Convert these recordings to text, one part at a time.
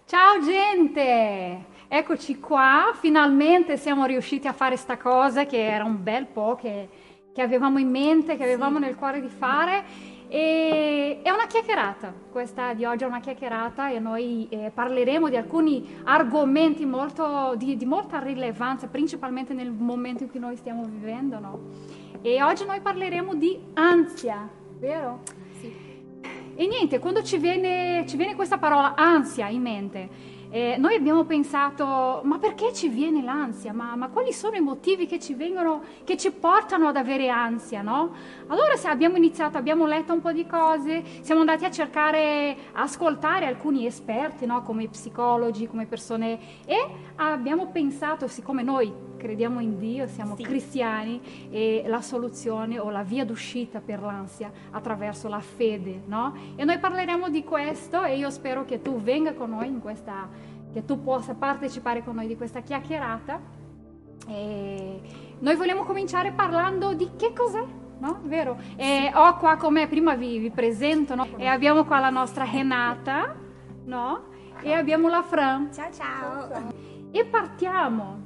Ciao gente! Eccoci qua, finalmente siamo riusciti a fare sta cosa che era un bel po' che avevamo in mente, che avevamo nel cuore di fare. E è una chiacchierata, questa di oggi è una chiacchierata e noi parleremo di alcuni argomenti di molta rilevanza, principalmente nel momento in cui noi stiamo vivendo, no? E oggi noi parleremo di ansia, vero? Sì. E niente, quando ci viene questa parola ansia in mente, noi abbiamo pensato, ma perché ci viene l'ansia? Ma quali sono i motivi che ci vengono, che ci portano ad avere ansia, no? Allora se abbiamo iniziato, abbiamo letto un po' di cose, siamo andati a cercare, ascoltare alcuni esperti, no? Come psicologi, come persone, e abbiamo pensato, siccome noi crediamo in Dio, siamo cristiani, e la soluzione o la via d'uscita per l'ansia attraverso la fede, no? E noi parleremo di questo e io spero che tu venga con noi in questa, che tu possa partecipare con noi di questa chiacchierata. E noi vogliamo cominciare parlando di che cos'è, no? Vero? E ho qua con me, prima vi presento, no? E abbiamo qua la nostra Renata, no? E abbiamo la Fran. Ciao ciao. E partiamo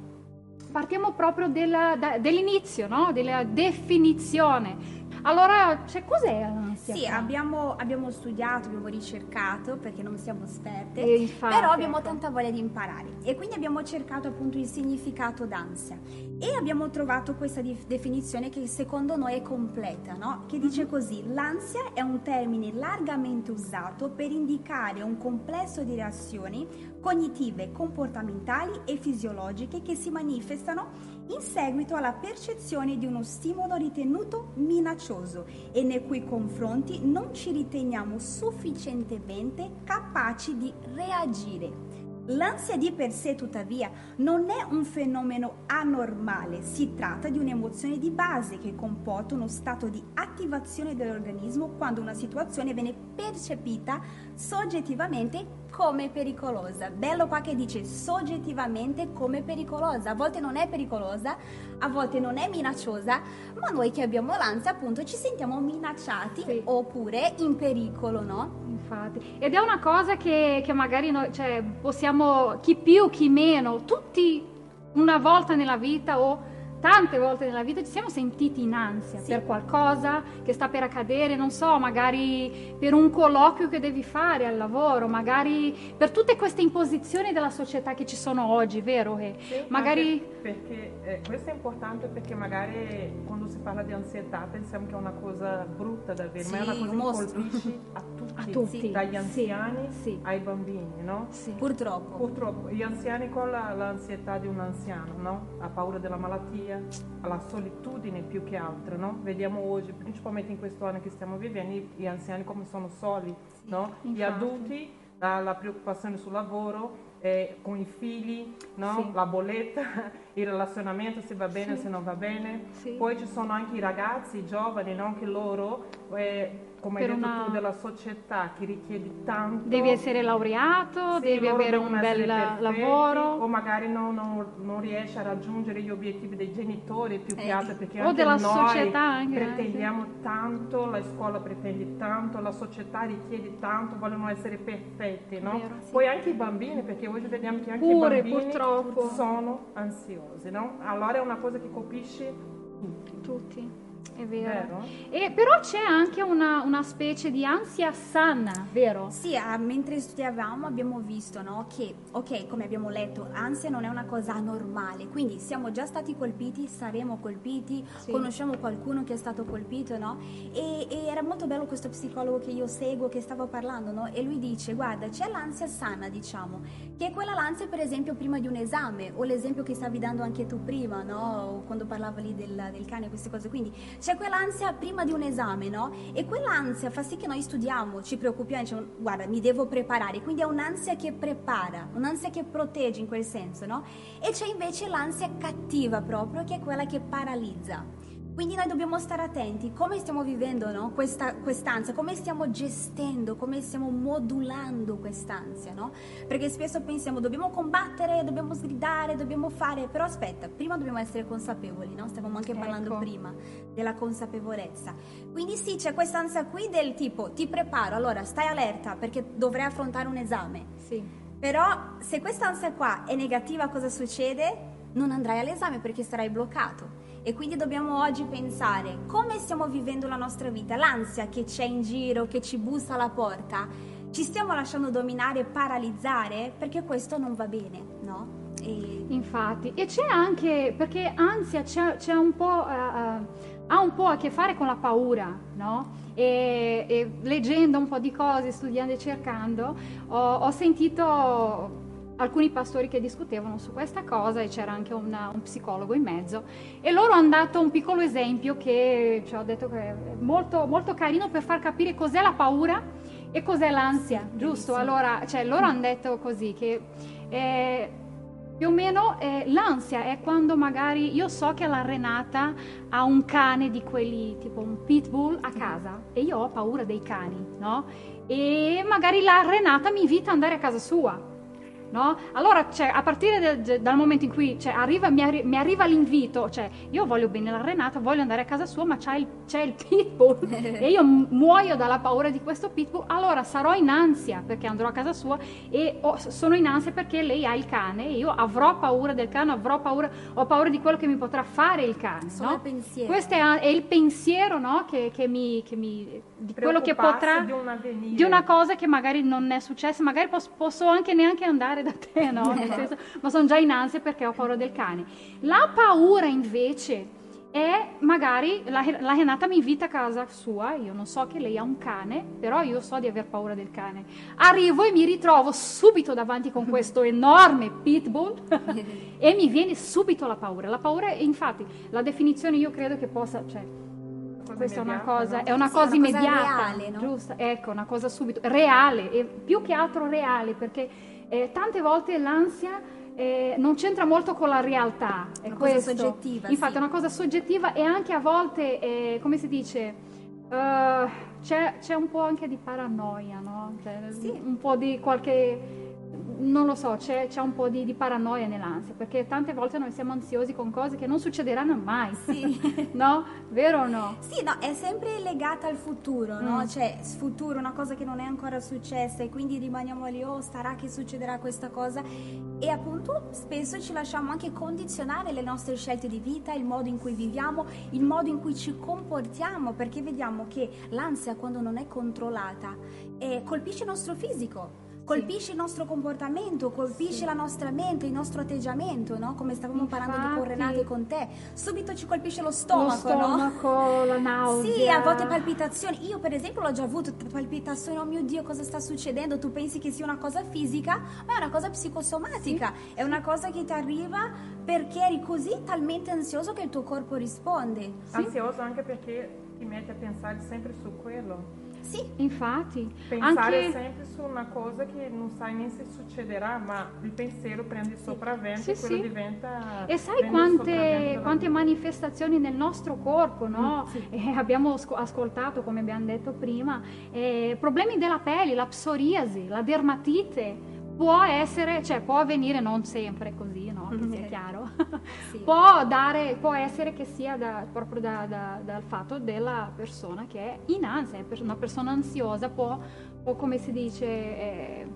proprio dell'inizio, no? Della definizione. Allora, cos'è l'ansia? Sì, abbiamo studiato, abbiamo ricercato perché non siamo esperte, Infatti, però abbiamo tanta voglia di imparare e quindi abbiamo cercato appunto il significato d'ansia e abbiamo trovato questa definizione che secondo noi è completa, no? Che dice così: l'ansia è un termine largamente usato per indicare un complesso di reazioni cognitive, comportamentali e fisiologiche che si manifestano in seguito alla percezione di uno stimolo ritenuto minaccioso e nei cui confronti non ci riteniamo sufficientemente capaci di reagire. L'ansia di per sé, tuttavia, non è un fenomeno anormale, si tratta di un'emozione di base che comporta uno stato di attivazione dell'organismo quando una situazione viene percepita soggettivamente come pericolosa. Bello qua che dice soggettivamente come pericolosa, a volte non è pericolosa, a volte non è minacciosa, ma noi che abbiamo l'ansia appunto ci sentiamo minacciati oppure in pericolo, no? Infatti, ed è una cosa che magari noi, possiamo, chi più, chi meno, tutti una volta nella vita o tante volte nella vita ci siamo sentiti in ansia per qualcosa che sta per accadere, non so, magari per un colloquio che devi fare al lavoro, magari per tutte queste imposizioni della società che ci sono oggi, vero? Sì, magari perché questo è importante perché magari quando si parla di ansietà pensiamo che è una cosa brutta da avere, ma è una cosa che colpisce a tutti, dagli anziani ai bambini, no? Sì. Purtroppo. Gli anziani con l'ansietà di un anziano, no? Ha paura della malattia, alla solitudine più che altro, no? Vediamo oggi, principalmente in questo anno che stiamo vivendo, gli anziani come sono soli, no? Gli adulti, la preoccupazione sul lavoro, con i figli, no? La bolletta, il relazionamento, se va bene o se non va bene. Poi ci sono anche i ragazzi, i giovani, no? Anche loro, come hai detto tu, della società che richiede tanto. Devi essere laureato, devi avere un bel lavoro. O magari non riesci a raggiungere gli obiettivi dei genitori più che altro, perché o anche della noi società anche, pretendiamo tanto, la scuola pretende tanto, la società richiede tanto, vogliono essere perfetti, no? Vero, Poi anche i bambini, perché oggi vediamo che anche Pure, i bambini purtroppo sono ansiosi, no? Allora è una cosa che colpisce tutti. È vero. E però c'è anche una specie di ansia sana, vero? Sì, mentre studiavamo abbiamo visto, no, che, ok, come abbiamo letto, ansia non è una cosa anormale, quindi siamo già stati colpiti, saremo colpiti, conosciamo qualcuno che è stato colpito, no? E era molto bello questo psicologo che io seguo, che stava parlando, no? E lui dice, guarda, c'è l'ansia sana, diciamo, che è quella l'ansia per esempio prima di un esame, o l'esempio che stavi dando anche tu prima, no? Quando parlavi del cane, queste cose, quindi c'è quell'ansia prima di un esame, no? E quell'ansia fa sì che noi studiamo, ci preoccupiamo, diciamo, guarda, mi devo preparare, quindi è un'ansia che prepara, un'ansia che protegge in quel senso, no? E c'è invece l'ansia cattiva proprio, che è quella che paralizza. Quindi noi dobbiamo stare attenti come stiamo vivendo, no? Quest'ansia, come stiamo gestendo, come stiamo modulando quest'ansia, no? Perché spesso pensiamo dobbiamo combattere, dobbiamo sgridare, dobbiamo fare, però aspetta, prima dobbiamo essere consapevoli, no? Stavamo anche parlando prima della consapevolezza. Quindi sì, c'è quest'ansia qui del tipo ti preparo, allora stai allerta perché dovrai affrontare un esame. Sì. Però se questa ansia qua è negativa, cosa succede? Non andrai all'esame perché sarai bloccato. E quindi dobbiamo oggi pensare come stiamo vivendo la nostra vita, l'ansia che c'è in giro, che ci bussa alla porta, ci stiamo lasciando dominare e paralizzare, perché questo non va bene, no? Infatti, e c'è anche, perché ansia c'è un po', ha un po' a che fare con la paura, no? E leggendo un po' di cose, studiando e cercando, ho sentito alcuni pastori che discutevano su questa cosa e c'era anche un psicologo in mezzo e loro hanno dato un piccolo esempio che ci ho detto che è molto, molto carino per far capire cos'è la paura e cos'è l'ansia, sì, giusto? Allora, loro hanno detto così che più o meno l'ansia è quando magari io so che la Renata ha un cane di quelli tipo un pitbull a casa e io ho paura dei cani, no? E magari la Renata mi invita ad andare a casa sua. No? Allora, a partire dal momento in cui mi arriva l'invito, io voglio bene la Renata, voglio andare a casa sua, ma c'è il pitbull e io muoio dalla paura di questo pitbull, allora sarò in ansia perché andrò a casa sua e sono in ansia perché lei ha il cane e io avrò paura del cane, ho paura di quello che mi potrà fare il cane. Solo no? il pensiero. Questo è il pensiero, no? che mi di quello che potrà di una cosa che magari non è successa, magari posso anche neanche andare da te, no? Nel senso, ma sono già in ansia perché ho paura del cane. La paura invece è magari la Renata mi invita a casa sua, io non so che lei ha un cane, però io so di aver paura del cane. Arrivo e mi ritrovo subito davanti con questo enorme pitbull e mi viene subito la paura. La paura, infatti, la definizione io credo che possa, questa è una cosa immediata, reale, no? giusto? Ecco, una cosa subito reale, e più che altro reale, perché tante volte l'ansia non c'entra molto con la realtà, è una questo. Cosa soggettiva. Infatti sì. è una cosa soggettiva e anche a volte, come si dice, c'è un po' anche di paranoia, no? Sì. Un po' di qualche... Non lo so, c'è un po' di paranoia nell'ansia, perché tante volte noi siamo ansiosi con cose che non succederanno mai, sì. no? Vero o no? Sì, no, è sempre legata al futuro, no? Cioè, futuro, una cosa che non è ancora successa e quindi rimaniamo lì, sarà che succederà questa cosa e appunto spesso ci lasciamo anche condizionare le nostre scelte di vita, il modo in cui viviamo, il modo in cui ci comportiamo, perché vediamo che l'ansia quando non è controllata colpisce il nostro fisico. Colpisce il nostro comportamento, colpisce la nostra mente, il nostro atteggiamento, no? Come stavamo parlando con Renata e con te. Subito ci colpisce lo stomaco, no? La nausea. Sì, a volte palpitazioni. Io per esempio l'ho già avuto, palpitazioni, oh mio Dio, cosa sta succedendo? Tu pensi che sia una cosa fisica, ma è una cosa psicosomatica. Sì. È una cosa che ti arriva perché eri così talmente ansioso che il tuo corpo risponde. Sì? Ansioso anche perché ti metti a pensare sempre su quello. Sì, infatti. Pensare sempre su una cosa che non sai nem se succederà, ma il pensiero prende il sopravvento e quello diventa... E sai quante manifestazioni nel nostro corpo, no? Abbiamo ascoltato, come abbiamo detto prima, problemi della pelle, la psoriasi, la dermatite. Può avvenire non sempre così, no? Che sia chiaro. Sì. Può essere che sia proprio dal fatto della persona che è in ansia, una persona ansiosa può come si dice,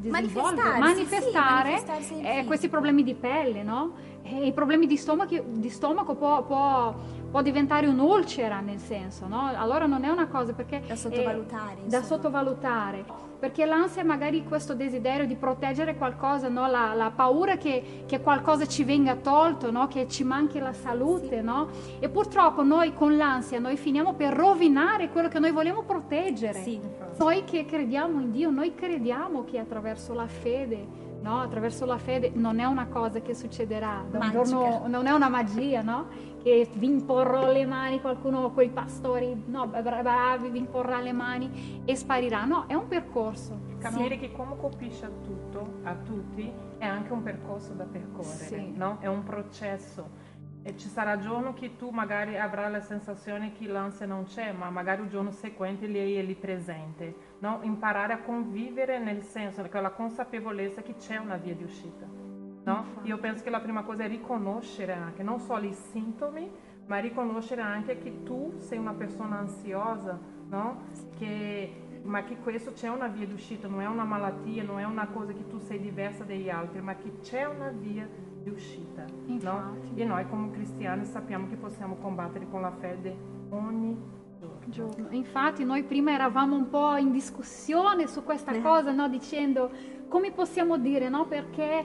manifestare questi problemi di pelle, no? E i problemi di stomaco può diventare un'ulcera, nel senso, no? Allora non è una cosa perché da sottovalutare. Perché l'ansia è magari questo desiderio di proteggere qualcosa, no? La paura che qualcosa ci venga tolto, no? Che ci manchi la salute, no? E purtroppo noi con l'ansia noi finiamo per rovinare quello che noi vogliamo proteggere. Sì. Noi che crediamo in Dio, noi crediamo che attraverso la fede, no? Attraverso la fede non è una cosa che succederà da un giorno, non è una magia, no? Che vi imporrò le mani, quei pastori bravi vi imporrà le mani e sparirà. No, è un percorso. Capire che come colpisce a tutti è anche un percorso da percorrere, no? È un processo. E ci sarà giorno che tu magari avrai la sensazione che l'ansia non c'è, ma magari il giorno seguente lei è lì presente, no? Imparare a convivere nel senso, con la consapevolezza che c'è una via di uscita. No? Io penso che la prima cosa è riconoscere anche, non solo i sintomi, ma riconoscere anche che tu sei una persona ansiosa, no? Che ma che questo c'è una via d'uscita, non è una malattia, non è una cosa che tu sei diversa dagli altri, ma che c'è una via di uscita, no? E noi come cristiani sappiamo che possiamo combattere con la fede ogni giorno. Infatti noi prima eravamo un po' in discussione su questa cosa, no? Dicendo come possiamo dire, no? Perché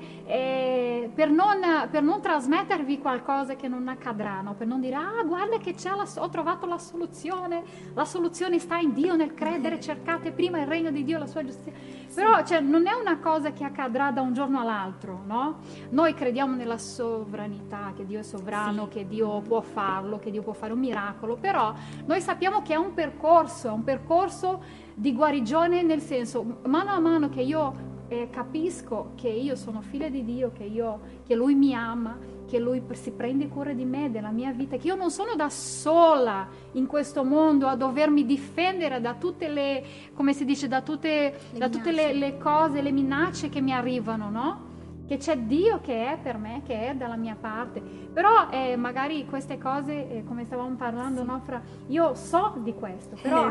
per non trasmettervi qualcosa che non accadrà, no? Per non dire, guarda che ho trovato la soluzione sta in Dio, nel credere, cercate prima il regno di Dio, la sua giustizia. Sì. Però non è una cosa che accadrà da un giorno all'altro, no? Noi crediamo nella sovranità, che Dio è sovrano, che Dio può farlo, che Dio può fare un miracolo, però noi sappiamo che è un percorso di guarigione, nel senso, mano a mano che io capisco che io sono figlia di Dio, che Lui mi ama, che Lui si prende cura di me, della mia vita, che io non sono da sola in questo mondo a dovermi difendere da tutte le, come si dice, da tutte le cose, le minacce che mi arrivano, no? Che c'è Dio che è per me, che è dalla mia parte. Però magari queste cose, come stavamo parlando, no, io so di questo, però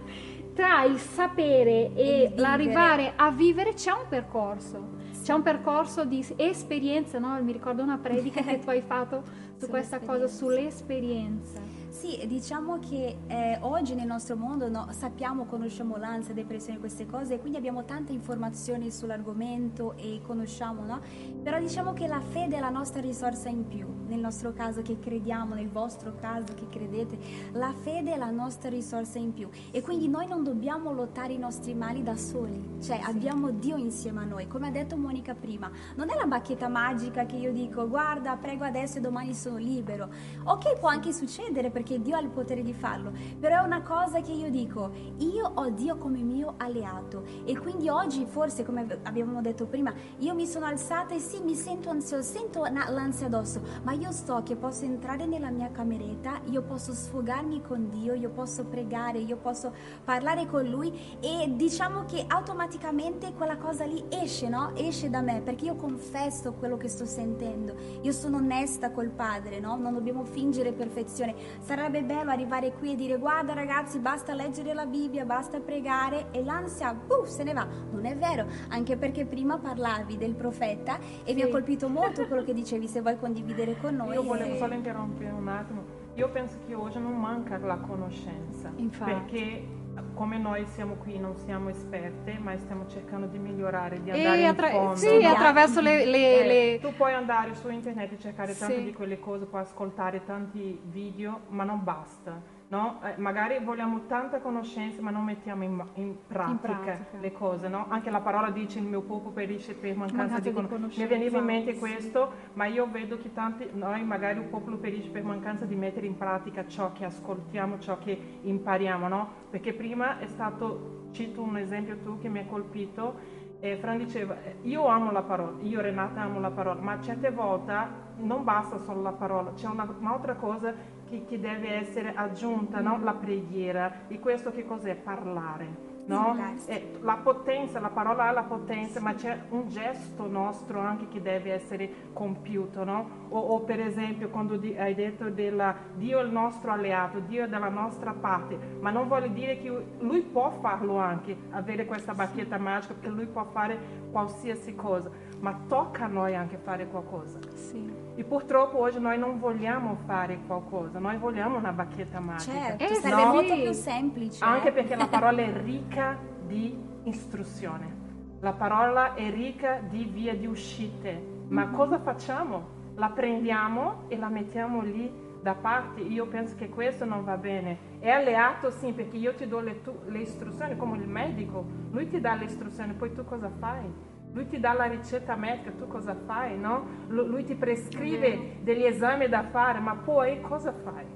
tra il sapere e l'arrivare a vivere c'è un percorso. C'è un percorso di esperienza, no? Mi ricordo una predica che tu hai fatto su questa cosa, sull'esperienza. Sì, diciamo che oggi nel nostro mondo conosciamo l'ansia, depressione, queste cose, e quindi abbiamo tante informazioni sull'argomento e conosciamo, no? Però diciamo che la fede è la nostra risorsa in più, nel nostro caso che crediamo, nel vostro caso che credete, la fede è la nostra risorsa in più, e quindi noi non dobbiamo lottare i nostri mali da soli, cioè abbiamo Dio insieme a noi, come ha detto Monica prima, non è la bacchetta magica che io dico guarda prego adesso e domani sono libero, ok, può anche succedere perché Dio ha il potere di farlo, però è una cosa che io dico, io ho Dio come mio alleato, e quindi oggi forse, come abbiamo detto prima, io mi sono alzata e sì, mi sento ansiosa, sento l'ansia addosso, ma io so che posso entrare nella mia cameretta, io posso sfogarmi con Dio, io posso pregare, io posso parlare con Lui, e diciamo che automaticamente quella cosa lì esce, no? Esce da me, perché io confesso quello che sto sentendo, io sono onesta col Padre, no? Non dobbiamo fingere perfezione. Sarebbe bello arrivare qui e dire guarda ragazzi, basta leggere la Bibbia, basta pregare e l'ansia se ne va. Non è vero, anche perché prima parlavi del profeta e mi ha colpito molto quello che dicevi, se vuoi condividere con noi. Io volevo solo interrompere un attimo. Io penso che oggi non manca la conoscenza. Infatti. Perché come noi siamo qui non siamo esperte, ma stiamo cercando di migliorare, di andare in fondo. Sì, attraverso le... Tu puoi andare su internet e cercare tante di quelle cose, puoi ascoltare tanti video, ma non basta. No? Magari vogliamo tanta conoscenza, ma non mettiamo in pratica le cose, no? Anche la parola dice il mio popolo perisce per mancanza di conoscenza. Mi veniva in mente questo, ma io vedo che noi magari il popolo perisce per mancanza di mettere in pratica ciò che ascoltiamo, ciò che impariamo, no? Perché prima è stato, cito un esempio tu che mi ha colpito, Fran diceva, io amo la parola, io Renata amo la parola, ma certe volte non basta solo la parola, c'è un'altra cosa che deve essere aggiunta, no? La preghiera. E questo che cos'è? Parlare. No? La potenza, la parola ha la potenza, ma c'è un gesto nostro anche che deve essere compiuto, no? O per esempio quando hai detto Dio è il nostro alleato, Dio è dalla nostra parte, ma non vuole dire che Lui può farlo anche, avere questa bacchetta magica, perché Lui può fare qualsiasi cosa, ma tocca a noi anche fare qualcosa. Sì. E purtroppo oggi noi non vogliamo fare qualcosa, noi vogliamo una bacchetta magica. Certo, sarebbe molto più semplice. Anche perché la parola è ricca di istruzione, la parola è ricca di vie di uscite, ma cosa facciamo? La prendiamo e la mettiamo lì da parte. Io penso che questo non va bene. È alleato sì, perché io ti do le istruzioni come il medico, lui ti dà le istruzioni, poi tu cosa fai? Lui ti dà la ricetta medica, tu cosa fai, no? Lui ti prescrive degli esami da fare, ma poi cosa fai?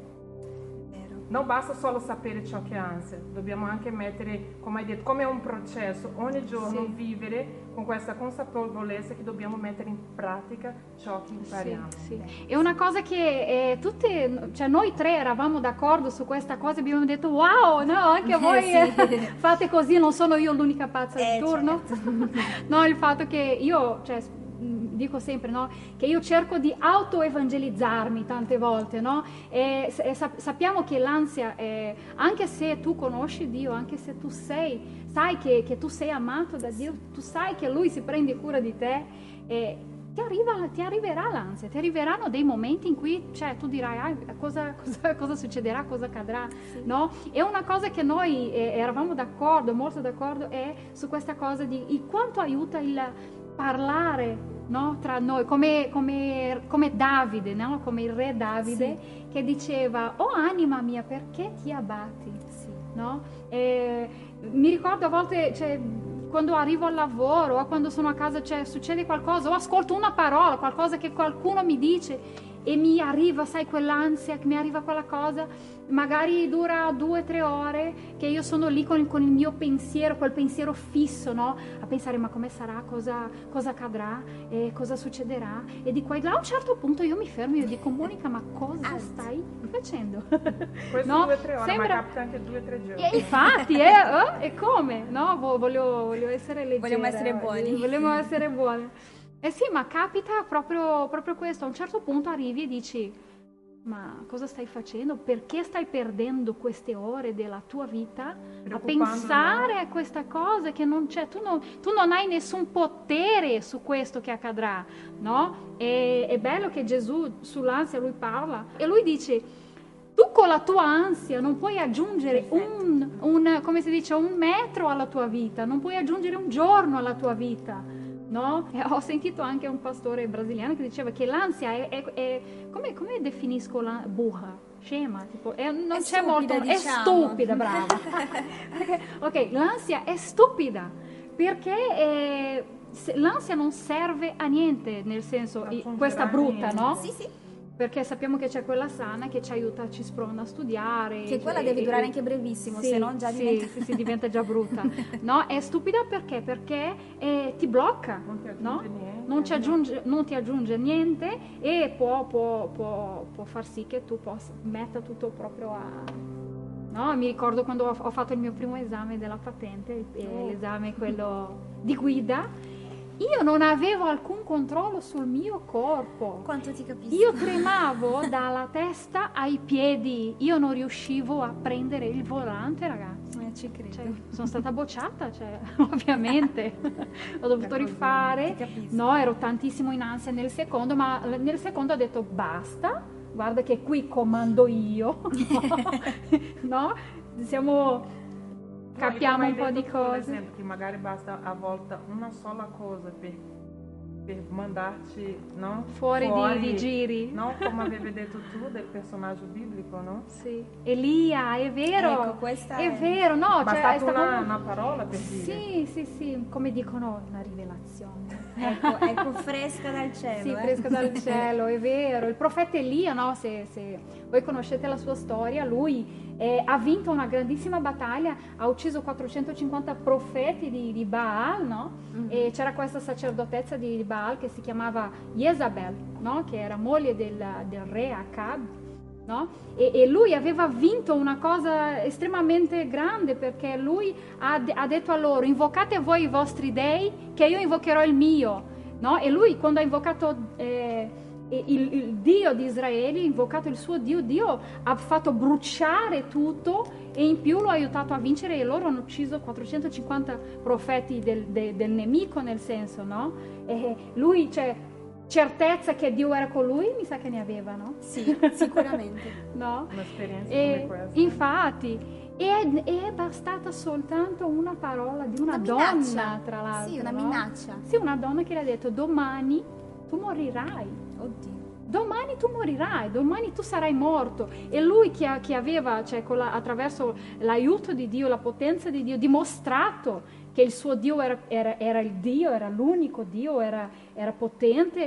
Non basta solo sapere ciò che è ansia, dobbiamo anche mettere, come hai detto, come un processo, ogni giorno vivere con questa consapevolezza che dobbiamo mettere in pratica ciò che impariamo. Sì. È una cosa che noi tre eravamo d'accordo su questa cosa, abbiamo detto wow, no, anche voi fate così, non sono io l'unica pazza di turno. Certo. No, il fatto che io dico sempre, no? Che io cerco di autoevangelizzarmi tante volte, no? E sappiamo che l'ansia, anche se tu conosci Dio, anche se tu sai che tu sei amato da Dio, tu sai che Lui si prende cura di te, ti arriverà l'ansia, ti arriveranno dei momenti in cui, cioè, tu dirai cosa succederà, cosa accadrà, no? E una cosa che noi eravamo d'accordo, molto d'accordo, è su questa cosa di quanto aiuta il parlare, no? Tra noi, come Davide, no? Come il re Davide, che diceva: oh anima mia, perché ti abbatti? No? Mi ricordo a volte, cioè, quando arrivo al lavoro o quando sono a casa, cioè, succede qualcosa, o ascolto una parola, qualcosa che qualcuno mi dice e mi arriva, sai, quell'ansia, che mi arriva quella cosa, magari dura 2 o 3 ore, che io sono lì con il mio pensiero, quel pensiero fisso, no? A pensare: ma come sarà, cosa accadrà, cosa succederà, e di qua e là. A un certo punto io mi fermo e io dico: Monica, ma cosa stai facendo? Questo no? 2 o 3 ore, ma capita anche 2 o 3 giorni. E infatti, e come? No? Voglio essere leggera. Vogliamo essere buoni. Vogliamo essere buoni. Sì, ma capita proprio questo. A un certo punto arrivi e dici: ma cosa stai facendo? Perché stai perdendo queste ore della tua vita a pensare a questa cosa che non c'è? Tu non hai nessun potere su questo che accadrà, no? È bello che Gesù sull'ansia lui parla e lui dice: tu con la tua ansia non puoi aggiungere come si dice, 1 metro alla tua vita, non puoi aggiungere 1 giorno alla tua vita. No? Ho sentito anche un pastore brasiliano che diceva che l'ansia è come definisco la burra? Scema, tipo, non c'è stupida, molto, diciamo. È stupida, brava. Ok, l'ansia è stupida perché l'ansia non serve a niente, nel senso, questa brutta, no? Sì. Perché sappiamo che c'è quella sana che ci aiuta, ci sprona a studiare. Che quella deve durare anche brevissimo, se no già diventa già brutta. No? È stupida perché ti blocca, non ti aggiunge niente e può far sì che tu metta tutto proprio a... No? Mi ricordo quando ho fatto il mio primo esame della patente, l'esame quello di guida. Io non avevo alcun controllo sul mio corpo. Quanto ti capisco. Io tremavo dalla testa ai piedi. Io non riuscivo a prendere il volante, ragazzi. Ci credo. Cioè, sono stata bocciata, ovviamente. Ho dovuto rifare. No, ero tantissimo in ansia nel secondo, ma nel secondo ho detto: basta, guarda che qui comando io. No? Capiamo un po' di cose. Per esempio, che magari basta a volta una sola cosa per mandarti, no? Fuori di giri. No? Come avevi detto tu del personaggio biblico, no? Sì. Elia, è vero. Ecco, questa è vero, no? Basta una parola per dire. Sì, come dicono, una rivelazione. Ecco, fresca dal cielo. Sì, fresca dal cielo, è vero. Il profeta Elia, no? Se voi conoscete la sua storia, lui ha vinto una grandissima battaglia, ha ucciso 450 profeti di Baal, no? Mm-hmm. E c'era questa sacerdotessa di Baal che si chiamava Jezabel, no? Che era moglie del re Acab, no? E lui aveva vinto una cosa estremamente grande, perché lui ha detto a loro: invocate voi i vostri dei che io invocherò il mio, no? E lui, quando ha invocato il Dio di Israele, invocato il suo Dio ha fatto bruciare tutto e in più lo ha aiutato a vincere, e loro hanno ucciso 450 profeti del nemico, nel senso, no? E lui, cioè, certezza che Dio era con lui, mi sa che ne aveva, no? Sì, sicuramente. No? Un'esperienza come questa. Infatti, è bastata soltanto una parola di una donna, tra l'altro. Sì, una minaccia. Sì, una donna che le ha detto: domani tu morirai. Oddio. Domani tu morirai, domani tu sarai morto. E lui che aveva, cioè, attraverso l'aiuto di Dio, la potenza di Dio, dimostrato che il suo Dio era il Dio, era l'unico Dio, era potente.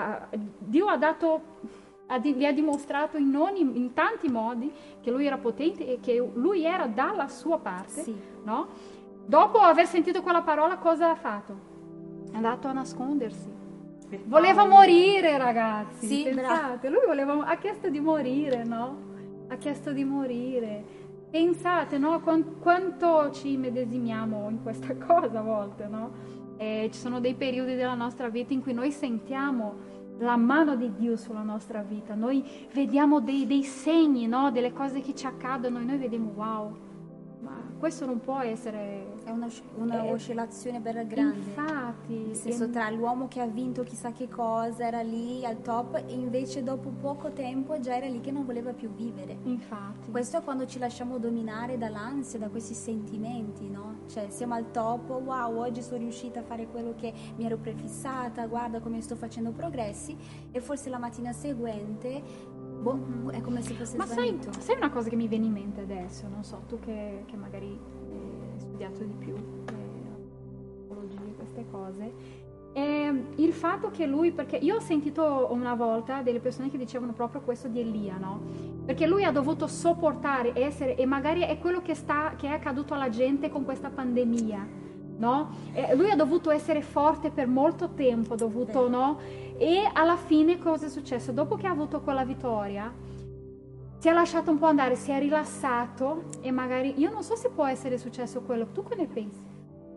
Dio gli ha dimostrato in tanti modi che lui era potente e che lui era dalla sua parte. Sì. No? Dopo aver sentito quella parola, cosa ha fatto? È andato a nascondersi. Voleva morire, ragazzi. Sì, pensate, lui ha chiesto di morire, no? Ha chiesto di morire. Pensate, no? Quanto ci medesimiamo in questa cosa a volte, no? Ci sono dei periodi della nostra vita in cui noi sentiamo la mano di Dio sulla nostra vita, noi vediamo dei segni, no? Delle cose che ci accadono e noi vediamo wow, ma questo non può essere... È una oscillazione bella grande. Infatti. Nel senso, tra l'uomo che ha vinto chissà che cosa, era lì al top, e invece dopo poco tempo già era lì che non voleva più vivere. Infatti. Questo è quando ci lasciamo dominare dall'ansia, da questi sentimenti, no? Cioè siamo al top, wow, oggi sono riuscita a fare quello che mi ero prefissata, guarda come sto facendo progressi, e forse la mattina seguente, è come se fosse svanito. Ma sai una cosa che mi viene in mente adesso? Non so, tu che magari hai studiato di più psicologia, queste cose, il fatto che lui, perché io ho sentito una volta delle persone che dicevano proprio questo di Elia, no? Perché lui ha dovuto sopportare e magari è quello che è accaduto alla gente con questa pandemia, no? Lui ha dovuto essere forte per molto tempo, no? E alla fine cosa è successo? Dopo che ha avuto quella vittoria, si è lasciato un po' andare, si è rilassato, e magari, io non so se può essere successo quello, tu che ne pensi?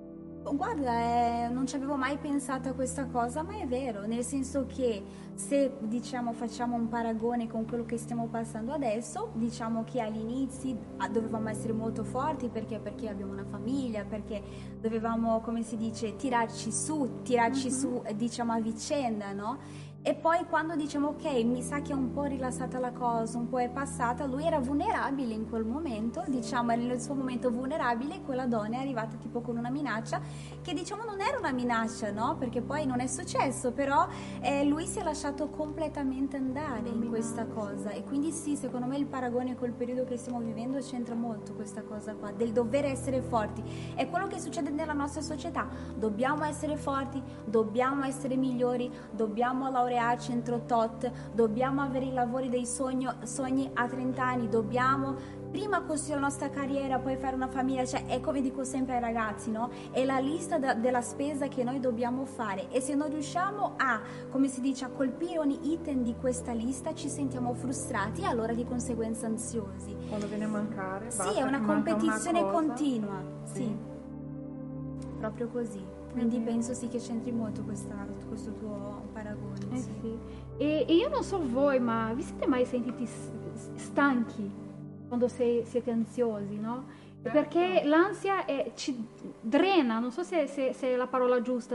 Guarda, non ci avevo mai pensato a questa cosa, ma è vero, nel senso che se diciamo facciamo un paragone con quello che stiamo passando adesso, diciamo che all'inizio dovevamo essere molto forti perché abbiamo una famiglia, perché dovevamo, come si dice, tirarci su, diciamo a vicenda, no? E poi quando diciamo ok, mi sa che è un po' rilassata la cosa, un po' è passata, lui era vulnerabile in quel momento, diciamo era nel suo momento vulnerabile, e quella donna è arrivata tipo con una minaccia che diciamo non era una minaccia, no? Perché poi non è successo, però lui si è lasciato completamente andare in questa cosa, e quindi sì, secondo me il paragone col periodo che stiamo vivendo c'entra molto questa cosa qua, del dover essere forti. È quello che succede nella nostra società, dobbiamo essere forti, dobbiamo essere migliori, dobbiamo laurearci entro tot, dobbiamo avere i lavori dei sogni a 30 anni, dobbiamo prima costruire la nostra carriera, poi fare una famiglia, cioè è come dico sempre ai ragazzi, no? È la lista della spesa che noi dobbiamo fare, e se non riusciamo a, come si dice, a colpire ogni item di questa lista, ci sentiamo frustrati e allora di conseguenza ansiosi. Quando viene a mancare, sì, è una competizione continua, sì, proprio così. Quindi penso sì che c'entri molto questo tuo paragone. Sì. E io non so voi, ma vi siete mai sentiti stanchi quando siete ansiosi, no? Perché l'ansia ci drena, non so se è la parola giusta,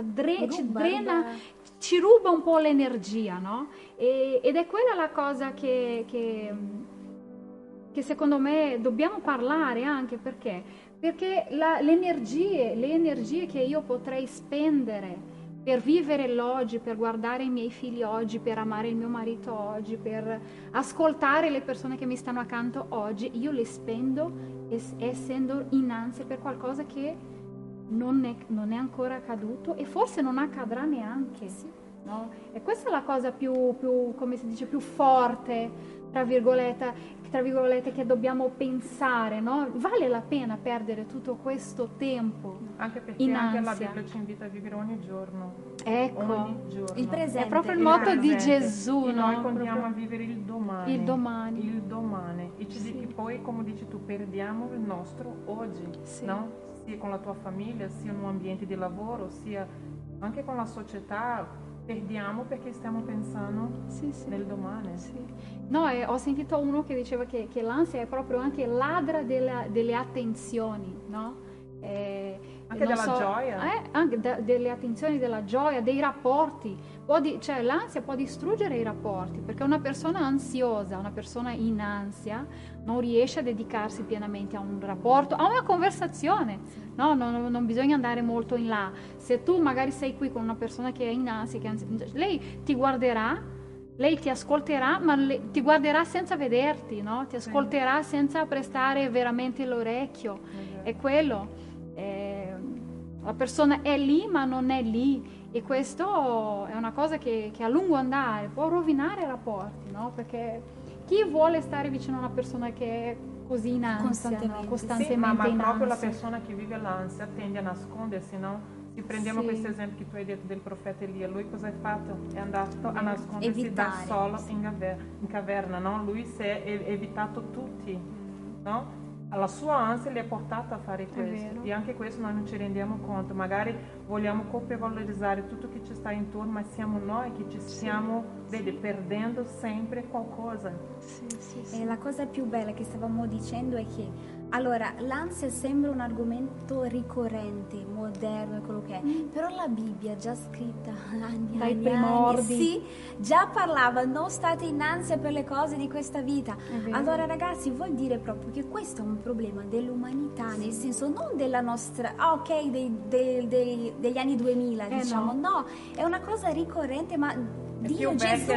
ci ruba un po' l'energia, no? Ed è quella la cosa che secondo me dobbiamo parlare, anche perché le energie che io potrei spendere per vivere l'oggi, per guardare i miei figli oggi, per amare il mio marito oggi, per ascoltare le persone che mi stanno accanto oggi, io le spendo essendo in ansia per qualcosa che non è ancora accaduto e forse non accadrà neanche. Sì. No? E questa è la cosa più, come si dice, più forte, tra virgolette, che dobbiamo pensare, no? Vale la pena perdere tutto questo tempo anche perché in anche ansia. la Bibbia ci invita a vivere ogni giorno. Ecco, ogni giorno. Il presente. È proprio il motto di Gesù, e no? noi continuiamo a vivere il domani. Il domani. E ci dici poi, come dici tu, perdiamo il nostro oggi, no? Sia con la tua famiglia, sia in un ambiente di lavoro, sia anche con la società. Perdiamo perché stiamo pensando nel domani. Sì. No, ho sentito uno che diceva che l'ansia è proprio anche ladra delle attenzioni, no? Anche della gioia. Anche delle attenzioni, della gioia, dei rapporti. Cioè l'ansia può distruggere i rapporti, perché una persona ansiosa, una persona in ansia non riesce a dedicarsi pienamente a un rapporto, a una conversazione, no? Non bisogna andare molto in là. Se tu magari sei qui con una persona che è in ansia, lei ti guarderà, lei ti ascolterà, ma ti guarderà senza vederti, no? Ti ascolterà senza prestare veramente l'orecchio. È quello. La persona è lì ma non è lì, e questo è una cosa che a lungo andare può rovinare i rapporti, no? Perché chi vuole stare vicino a una persona che è così in ansia, costantemente ma in proprio ansia. La persona che vive l'ansia tende a nascondersi, no? Se prendiamo questo esempio che tu hai detto del profeta Elia, lui cosa ha fatto? È andato a nascondersi da solo in caverna, no? Lui si è evitato tutti, no? la sua ansia li ha portato a fare questo, e anche questo noi non ci rendiamo conto, magari vogliamo colpevolizzare tutto che ci sta intorno, ma siamo noi che ci stiamo perdendo sempre qualcosa. E la cosa più bella che stavamo dicendo è che allora l'ansia sembra un argomento ricorrente, moderno, è quello che è, però la Bibbia già scritta dai primordi, sì, già parlava: non state in ansia per le cose di questa vita. Allora ragazzi, vuol dire proprio che questo è un problema dell'umanità, nel senso non della nostra, degli anni 2000, diciamo, no, è una cosa ricorrente, ma Dio, Gesù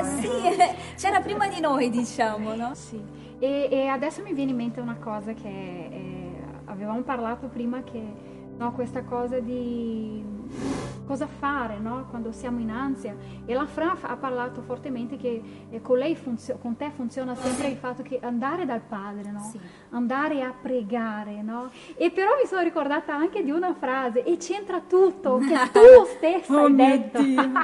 c'era prima di noi, diciamo, no? Sì. E adesso mi viene in mente una cosa che avevamo parlato prima, che no, questa cosa di cosa fare, no, quando siamo in ansia, e la Fra ha parlato fortemente che con lei con te funziona sempre il fatto che andare dal Padre, no? Andare a pregare, no? E però mi sono ricordata anche di una frase, e c'entra tutto, che tu stessa hai detto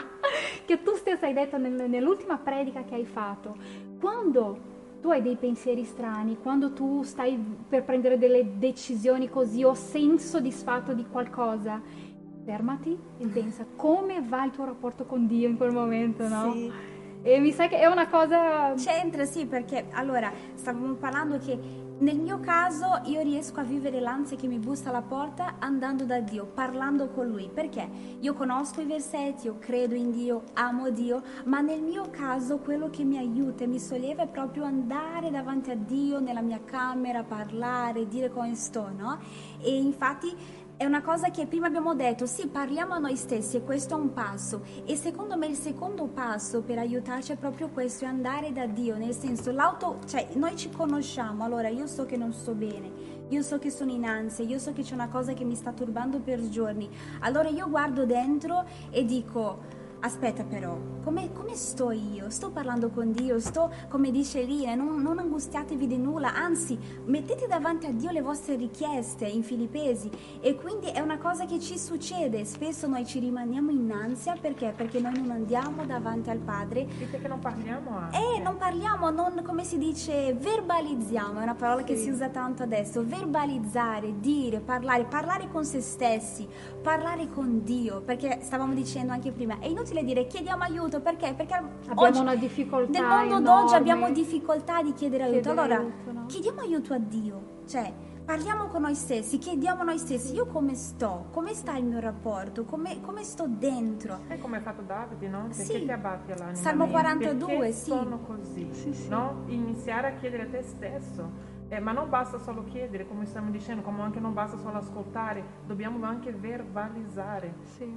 che tu stessa hai detto nell'ultima predica che hai fatto. Quando tu hai dei pensieri strani, quando tu stai per prendere delle decisioni così o sei insoddisfatto di qualcosa, fermati e pensa come va il tuo rapporto con Dio in quel momento, no? Sì. E mi sa che è una cosa... C'entra, sì, perché allora stavamo parlando che nel mio caso io riesco a vivere l'ansia che mi bussa alla porta andando da Dio, parlando con Lui, perché io conosco i versetti, io credo in Dio, amo Dio, ma nel mio caso quello che mi aiuta e mi solleva è proprio andare davanti a Dio nella mia camera, parlare, dire come sto, no? E infatti è una cosa che prima abbiamo detto, sì, parliamo a noi stessi e questo è un passo, e secondo me il secondo passo per aiutarci è proprio questo, è andare da Dio, nel senso cioè noi ci conosciamo, allora io so che non sto bene, io so che sono in ansia, io so che c'è una cosa che mi sta turbando per giorni, allora io guardo dentro e dico: aspetta però, come sto io? Sto parlando con Dio, come dice Lina, non angustiatevi di nulla, anzi mettete davanti a Dio le vostre richieste in Filippesi, e quindi è una cosa che ci succede, spesso noi ci rimaniamo in ansia, perché noi non andiamo davanti al Padre. E perché non parliamo anche? Non parliamo, come si dice, verbalizziamo, è una parola che si usa tanto adesso, verbalizzare, dire, parlare con se stessi, parlare con Dio, perché stavamo dicendo anche prima, è inutile dire chiediamo aiuto, perché abbiamo oggi, una difficoltà nel mondo enorme. d'oggi abbiamo difficoltà di chiedere aiuto, allora no? chiediamo aiuto a Dio, cioè parliamo con noi stessi, chiediamo a noi stessi: io come sto, come sta il mio rapporto, come sto dentro. È come ha fatto Davide, no? Perché ti abbatti all'anima Salmo mia? 42, perché sì. sono così, no? Iniziare a chiedere a te stesso. Ma non basta solo chiedere, come stiamo dicendo, come anche non basta solo ascoltare, dobbiamo anche verbalizzare.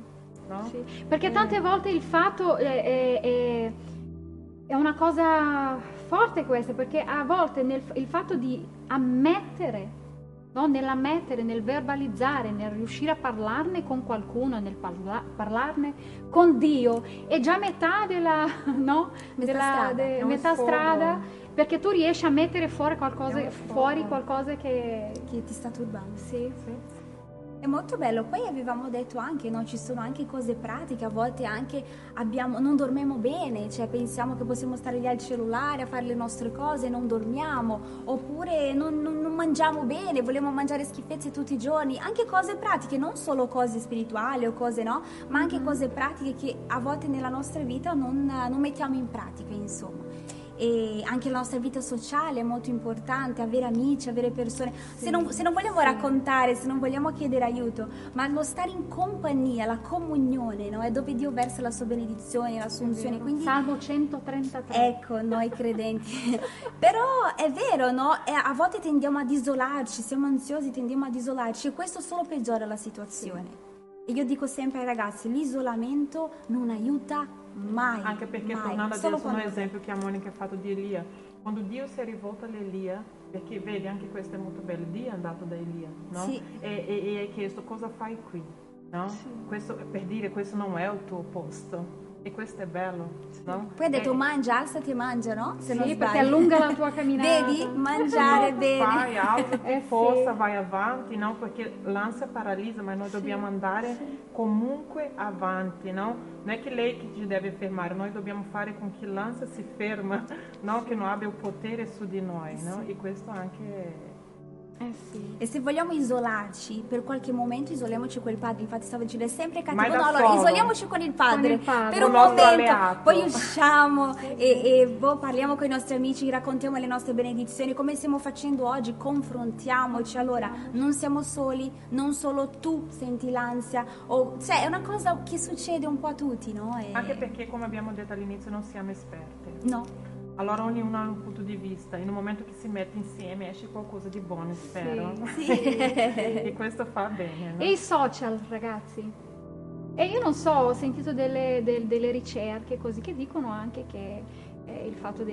No? Sì. Perché tante volte il fatto è una cosa forte questa, perché a volte il fatto di ammettere, no? Nell'ammettere, nel verbalizzare, nel riuscire a parlarne con qualcuno, nel parlarne con Dio, è già metà della, no? metà strada, perché tu riesci a mettere fuori qualcosa che ti sta turbando. Sì. È molto bello. Poi avevamo detto anche, no, ci sono anche cose pratiche, a volte anche non dormiamo bene, cioè pensiamo che possiamo stare lì al cellulare a fare le nostre cose, non dormiamo, oppure non mangiamo bene, vogliamo mangiare schifezze tutti i giorni, anche cose pratiche, non solo cose spirituali o cose, no, ma anche cose pratiche che a volte nella nostra vita non mettiamo in pratica, insomma. E anche la nostra vita sociale è molto importante, avere amici, avere persone, se non vogliamo raccontare, se non vogliamo chiedere aiuto, ma lo stare in compagnia, la comunione, no? È dove Dio versa la sua benedizione, l'assunzione, quindi Salmo 133. ecco, noi credenti però è vero, no? A volte tendiamo ad isolarci, siamo ansiosi, tendiamo ad isolarci, e questo solo peggiora la situazione. E io dico sempre ai ragazzi, l'isolamento non aiuta mai. Anche perché, mai. tornando Solo adesso all'esempio che a Monica ha fatto di Elia, quando Dio si è rivolto ad Elia, perché vedi, anche questo è molto bello, Dio è andato da Elia, no? Sì. E ha chiesto: cosa fai qui? No? Sì. Questo, per dire, questo non è il tuo posto. E questo è bello, no? Poi ha detto mangia, alzati e mangia, no? Se non perché sbaglio. allunga la tua camminata. Vedi? Mangiare bene. Fai, alzati, forza, vai avanti, no? Perché l'ansia paralisa, ma noi dobbiamo andare comunque avanti, no? Non è che lei che ci deve fermare, noi dobbiamo fare con che l'ansia si ferma, no? Che non abbia il potere su di noi, no? E questo anche Sì. E se vogliamo isolarci per qualche momento, isoliamoci con il padre. Infatti stavo dicendo, è sempre cattivo. Ma è da allora solo. isoliamoci con il padre, per un Il nostro momento, alleato. poi usciamo e parliamo con i nostri amici, raccontiamo le nostre benedizioni, come stiamo facendo oggi, confrontiamoci. Allora, non siamo soli, non solo tu senti l'ansia, cioè è una cosa che succede un po' a tutti, no? Anche perché, come abbiamo detto all'inizio, non siamo esperti. No. Allora ognuno ha un punto di vista, in un momento che si mette insieme esce qualcosa di buono, spero. Sì. E questo fa bene, no? E i social, ragazzi? E io non so, ho sentito delle ricerche così che dicono anche che il fatto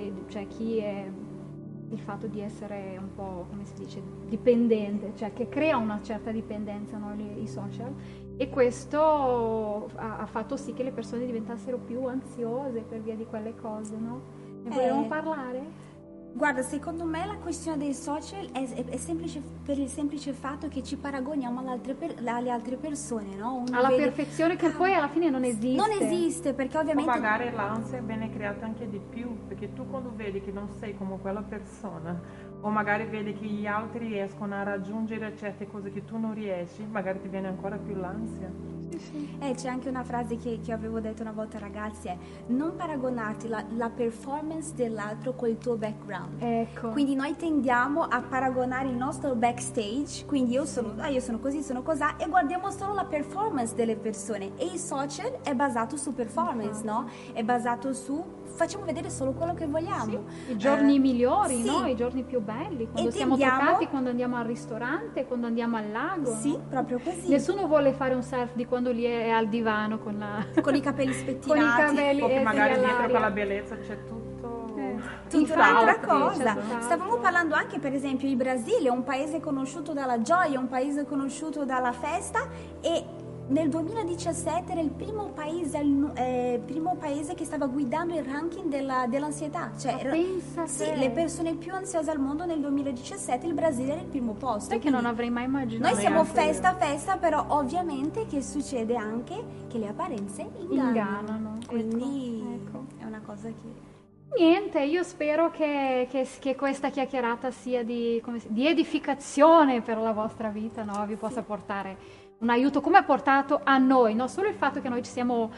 il fatto di essere un po', come si dice, dipendente, cioè che crea una certa dipendenza, no, i social, e questo ha fatto sì che le persone diventassero più ansiose per via di quelle cose, no? Ne vogliamo parlare? Guarda, secondo me la questione dei social è semplice per il semplice fatto che ci paragoniamo alle altre persone, no? Alla perfezione che poi alla fine non esiste. Non esiste, perché O ovviamente... magari l'ansia viene creata anche di più, perché tu quando vedi che non sei come quella persona, o magari vedi che gli altri riescono a raggiungere certe cose che tu non riesci, magari ti viene ancora più l'ansia. C'è anche una frase che avevo detto una volta, ragazzi, è non paragonarti la performance dell'altro col tuo background. Ecco. Quindi noi tendiamo a paragonare il nostro backstage, quindi io sono così, sono cosà, e guardiamo solo la performance delle persone. E il social è basato su performance, no? È basato su facciamo vedere solo quello che vogliamo. Sì. I giorni migliori, sì. no? I giorni più belli, quando siamo toccati, quando andiamo al ristorante, quando andiamo al lago. Sì, no? proprio così. Nessuno vuole fare un selfie di quando lì è al divano con i capelli spettinati. Con i capelli o che magari dietro all'aria. quella bellezza c'è tutto... Tutta un'altra cosa. Esatto. Stavamo parlando anche, per esempio, il Brasile, un paese conosciuto dalla gioia, un paese conosciuto dalla festa, e nel 2017 era il primo paese che stava guidando il ranking dell'ansietà. Cioè, pensa sì, te. le persone più ansiose al mondo nel 2017 il Brasile era il primo posto. Sai che non avrei mai immaginato. Noi siamo festa, però ovviamente che succede anche che le apparenze ingannano. Quindi ecco. è una cosa che... Niente, io spero che questa chiacchierata sia di edificazione per la vostra vita, no? Vi possa portare un aiuto, come ha portato a noi, no? Solo il fatto che noi ci siamo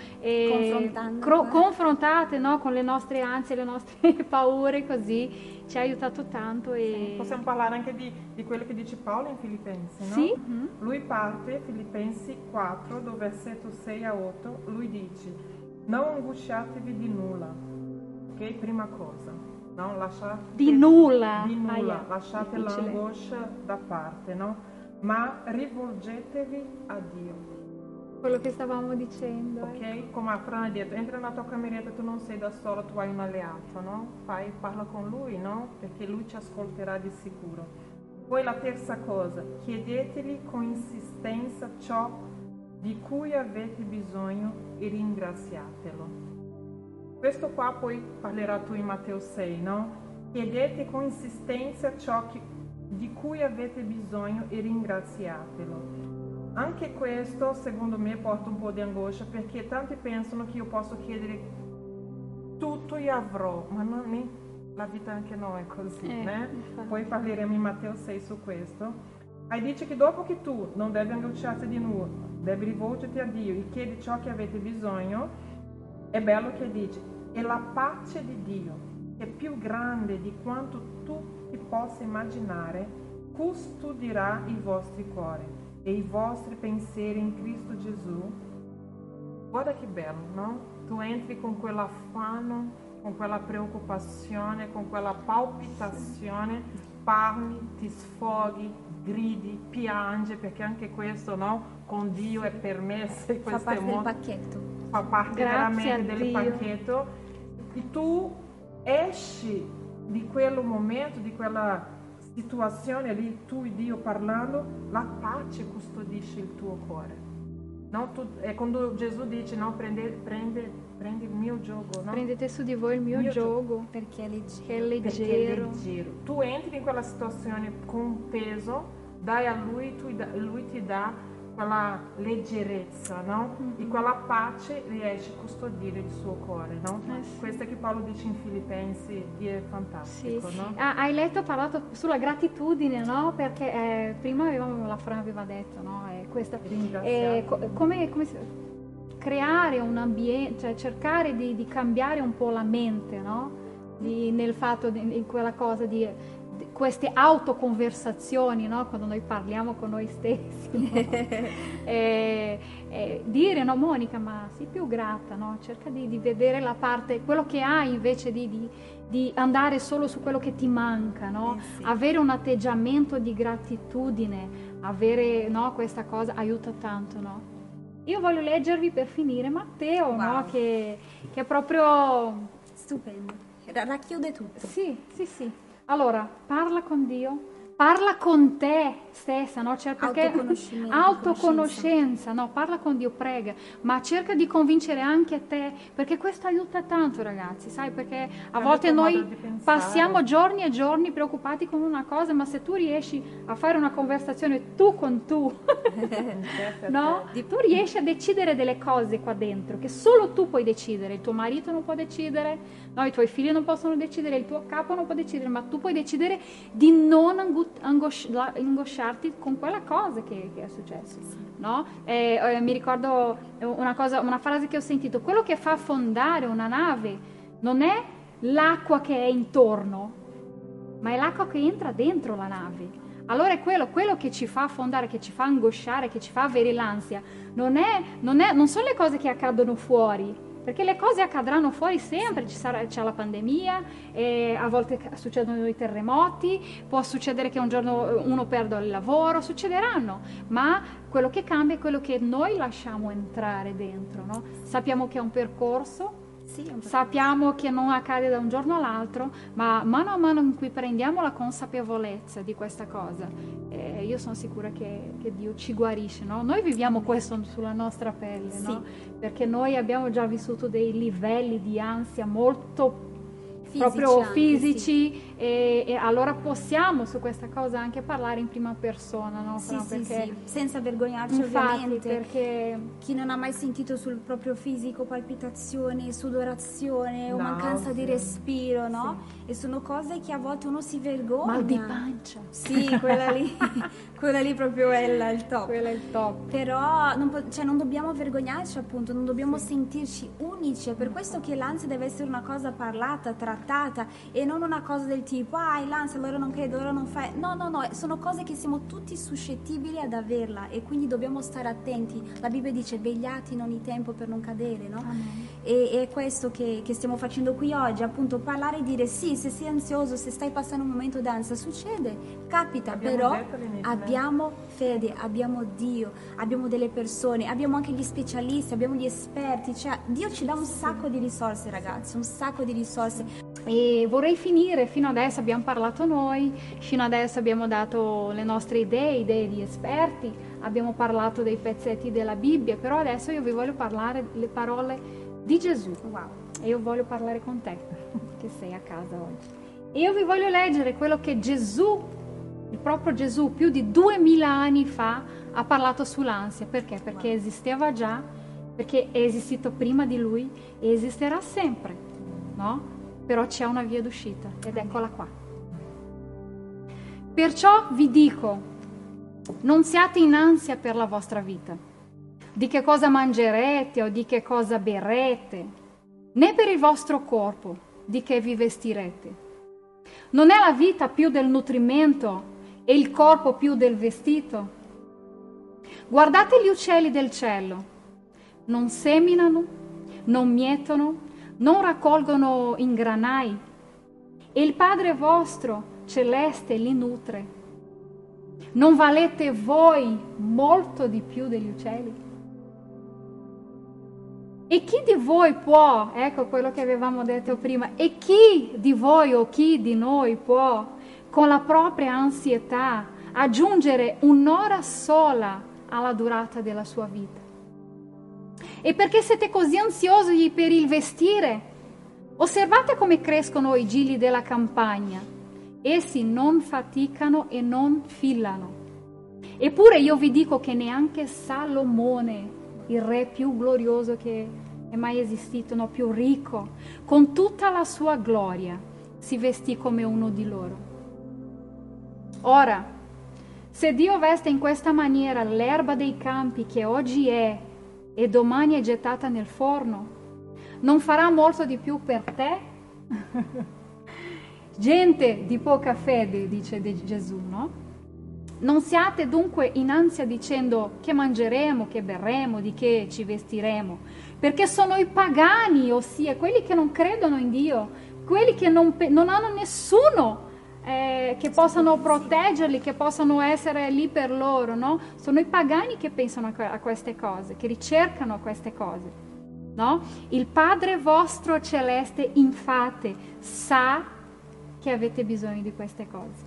confrontate, no? Con le nostre ansie, le nostre paure, così ci ha aiutato tanto. E... Possiamo parlare anche di quello che dice Paolo in Filippensi, no? Sì? Lui parte, Filippensi 4, do versetto 6 a 8, lui dice: non angustiatevi di nulla. Ok, prima cosa, no? Lasciate nulla, lasciate l'angoscia da parte, no? Ma rivolgetevi a Dio. Quello che stavamo dicendo. Ok? Come a Fran ha detto, entra nella tua cameretta, tu non sei da sola, tu hai un alleato, no? Parla con lui, no? Perché lui ci ascolterà di sicuro. Poi la terza cosa, chiedeteli con insistenza ciò di cui avete bisogno e ringraziatelo. Questo qua poi parlerà tu in Matteo 6, no? Chiedete con insistenza ciò di cui avete bisogno e ringraziatelo. Anche questo, secondo me, porta un po' di angoscia, perché tanti pensano che io posso chiedere tutto e avrò, ma la vita anche non è così, né? Infatti. Poi parleremo in Matteo 6 su questo. Aí dice che dopo che tu non devi angustiarti di nuovo, devi rivolgerti a Dio e chiedi ciò che avete bisogno, è bello che dice: e la pace di Dio, che è più grande di quanto tu ti possa immaginare, custodirà i vostri cuori e i vostri pensieri in Cristo Gesù. Guarda che bello, no? Tu entri con quell'affanno, con quella preoccupazione, con quella palpitazione, parli, ti sfoghi, gridi, piangi, perché anche questo, no? Con Dio è permesso in questo Fa parte mondo. del pacchetto. Fa parte veramente del pacchetto. E tu esci di quel momento, di quella situazione lì, tu e Dio parlando, la pace custodisce il tuo cuore. No? È quando Gesù dice: no, prendi il mio giogo, no? Prendete su di voi il mio giogo, perché è leggero. che è leggero. Perché è leggero. Tu entri in quella situazione con peso, dai a lui, lui ti dà quella leggerezza, no? E quella pace riesce a custodire il suo cuore, no? Sì. Questo che Paolo dice in Filippensi è fantastico, Sì. no? Hai letto, parlato sulla gratitudine, no? Perché prima la Fran aveva detto, no? Questa, Ringraziare. come creare un ambiente, cioè cercare di cambiare un po' la mente, no? Nel fatto, in quella cosa di queste autoconversazioni, no? Quando noi parliamo con noi stessi, no? Dire, no, Monica, ma sii più grata, no? Cerca di vedere la parte, quello che hai, invece di andare solo su quello che ti manca, no? Sì. Avere un atteggiamento di gratitudine, avere, no, questa cosa aiuta tanto, no? Io voglio leggervi per finire Matteo, Wow. no? Che è proprio... Stupendo. Racchiude tutto. Sì. Allora, parla con Dio, parla con te stessa, no? Cioè, perché autoconoscenza, no? Parla con Dio, prega, ma cerca di convincere anche te, perché questo aiuta tanto, ragazzi, sai? Perché a volte noi passiamo giorni e giorni preoccupati con una cosa, ma se tu riesci a fare una conversazione tu con tu, no? Tu riesci a decidere delle cose qua dentro che solo tu puoi decidere, il tuo marito non può decidere, no? I tuoi figli non possono decidere, il tuo capo non può decidere, ma tu puoi decidere di non angosciarti con quella cosa che è successo, no? Mi ricordo una frase che ho sentito: quello che fa affondare una nave non è l'acqua che è intorno, ma è l'acqua che entra dentro la nave. Allora è quello che ci fa affondare, che ci fa angosciare, che ci fa avere l'ansia. Non sono le cose che accadono fuori, perché le cose accadranno fuori sempre, c'è la pandemia, a volte succedono i terremoti, può succedere che un giorno uno perda il lavoro, succederanno, ma quello che cambia è quello che noi lasciamo entrare dentro, no? Sappiamo che è un percorso, sappiamo che non accade da un giorno all'altro, ma mano a mano in cui prendiamo la consapevolezza di questa cosa, io sono sicura che Dio ci guarisce, no? Noi viviamo questo sulla nostra pelle, no? Perché noi abbiamo già vissuto dei livelli di ansia molto fisici, e allora possiamo su questa cosa anche parlare in prima persona, no? Perché, senza vergognarci, infatti, ovviamente, perché chi non ha mai sentito sul proprio fisico palpitazioni, sudorazione o mancanza di respiro, no? E sono cose che a volte uno si vergogna. Mal di pancia. Sì, quella lì proprio è il top. Quella è il top. Però non dobbiamo vergognarci, appunto, non dobbiamo sentirci unici. È per questo che l'ansia deve essere una cosa parlata, trattata, e non una cosa del tipo: hai l'ansia, allora non credo, allora non fai. No, sono cose che siamo tutti suscettibili ad averla, e quindi dobbiamo stare attenti. La Bibbia dice: vegliati in ogni tempo per non cadere, no? E è questo che stiamo facendo qui oggi, appunto, parlare e dire: sì, se sei ansioso, se stai passando un momento d'ansia, succede, capita, però abbiamo fede, abbiamo Dio, abbiamo delle persone, abbiamo anche gli specialisti, abbiamo gli esperti, cioè Dio ci dà un sacco di risorse, ragazzi, un sacco di risorse. E vorrei finire, fino adesso abbiamo parlato noi, fino adesso abbiamo dato le nostre idee di esperti, abbiamo parlato dei pezzetti della Bibbia, però adesso io vi voglio parlare le parole di Gesù. E io voglio parlare con te, che sei a casa oggi. E io vi voglio leggere quello che Gesù, il proprio Gesù, più di 2000 anni fa, ha parlato sull'ansia. Perché? Perché esisteva già, perché è esistito prima di lui e esisterà sempre, no? Però c'è una via d'uscita, ed eccola qua. Perciò vi dico, non siate in ansia per la vostra vita, di che cosa mangerete o di che cosa berrete, né per il vostro corpo, di che vi vestirete. Non è la vita più del nutrimento e il corpo più del vestito? Guardate gli uccelli del cielo, non seminano, non mietono, non raccolgono in granai, e il Padre vostro celeste li nutre. Non valete voi molto di più degli uccelli? E chi di voi può, ecco quello che avevamo detto prima, e chi di voi o chi di noi può, con la propria ansietà, aggiungere un'ora sola alla durata della sua vita? E perché siete così ansiosi per il vestire? Osservate come crescono i gigli della campagna. Essi non faticano e non filano. Eppure io vi dico che neanche Salomone, il re più glorioso che è mai esistito, no, più ricco, con tutta la sua gloria, si vestì come uno di loro. Ora, se Dio veste in questa maniera l'erba dei campi che oggi è e domani è gettata nel forno, non farà molto di più per te? Gente di poca fede, dice Gesù, no? Non siate dunque in ansia dicendo che mangeremo, che berremo, di che ci vestiremo, perché sono i pagani, ossia quelli che non credono in Dio, quelli che non hanno nessuno che possano proteggerli, che possano essere lì per loro, no? Sono i pagani che pensano a queste cose, che ricercano queste cose, no? Il Padre vostro celeste infatti sa che avete bisogno di queste cose.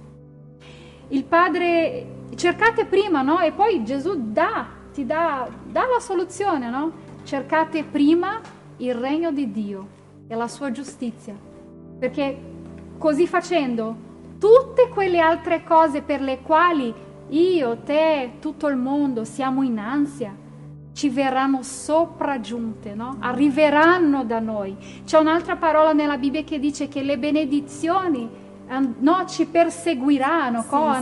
Il Padre, cercate prima, no? E poi Gesù ti dà la soluzione, no? Cercate prima il regno di Dio e la sua giustizia, perché così facendo tutte quelle altre cose per le quali io, te, tutto il mondo siamo in ansia, ci verranno sopraggiunte, no? Arriveranno da noi. C'è un'altra parola nella Bibbia che dice che le benedizioni ci perseguiranno,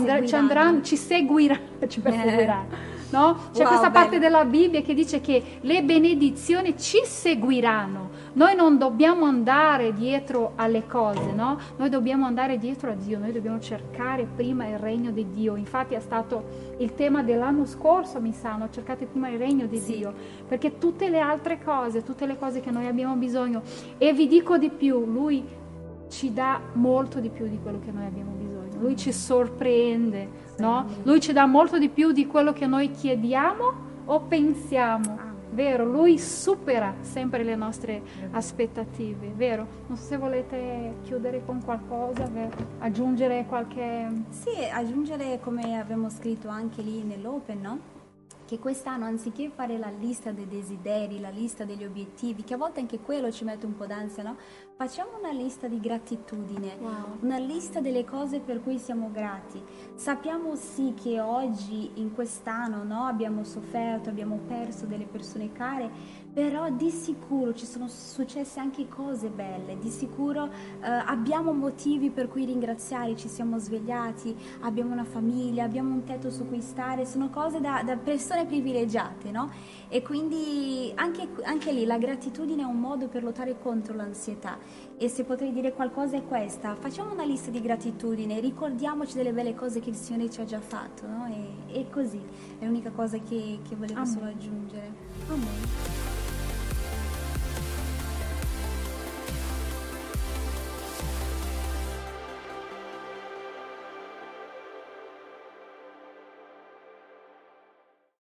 ci perseguiranno. No? C'è questa parte della Bibbia che dice che le benedizioni ci seguiranno. Noi non dobbiamo andare dietro alle cose, no? Noi dobbiamo andare dietro a Dio, noi dobbiamo cercare prima il regno di Dio. Infatti è stato il tema dell'anno scorso, mi sa, no? Cercate prima il regno di Dio, perché tutte le altre cose, tutte le cose che noi abbiamo bisogno, e vi dico di più, Lui ci dà molto di più di quello che noi abbiamo bisogno. Lui ci sorprende, no? Lui ci dà molto di più di quello che noi chiediamo o pensiamo, vero? Lui supera sempre le nostre aspettative, vero? Non so se volete chiudere con qualcosa, aggiungere qualche... Sì, aggiungere, come abbiamo scritto anche lì nell'Open, no? Che quest'anno, anziché fare la lista dei desideri, la lista degli obiettivi, che a volte anche quello ci mette un po' d'ansia, no? Facciamo una lista di gratitudine, una lista delle cose per cui siamo grati. Sappiamo sì che oggi, in quest'anno, no, abbiamo sofferto, abbiamo perso delle persone care, però di sicuro ci sono successe anche cose belle, di sicuro abbiamo motivi per cui ringraziare, ci siamo svegliati, abbiamo una famiglia, abbiamo un tetto su cui stare, sono cose da persone privilegiate, no? E quindi anche lì la gratitudine è un modo per lottare contro l'ansietà. E se potrei dire qualcosa è questa: facciamo una lista di gratitudine, ricordiamoci delle belle cose che il Signore ci ha già fatto, no? E così, è l'unica cosa che volevo solo aggiungere. Amen.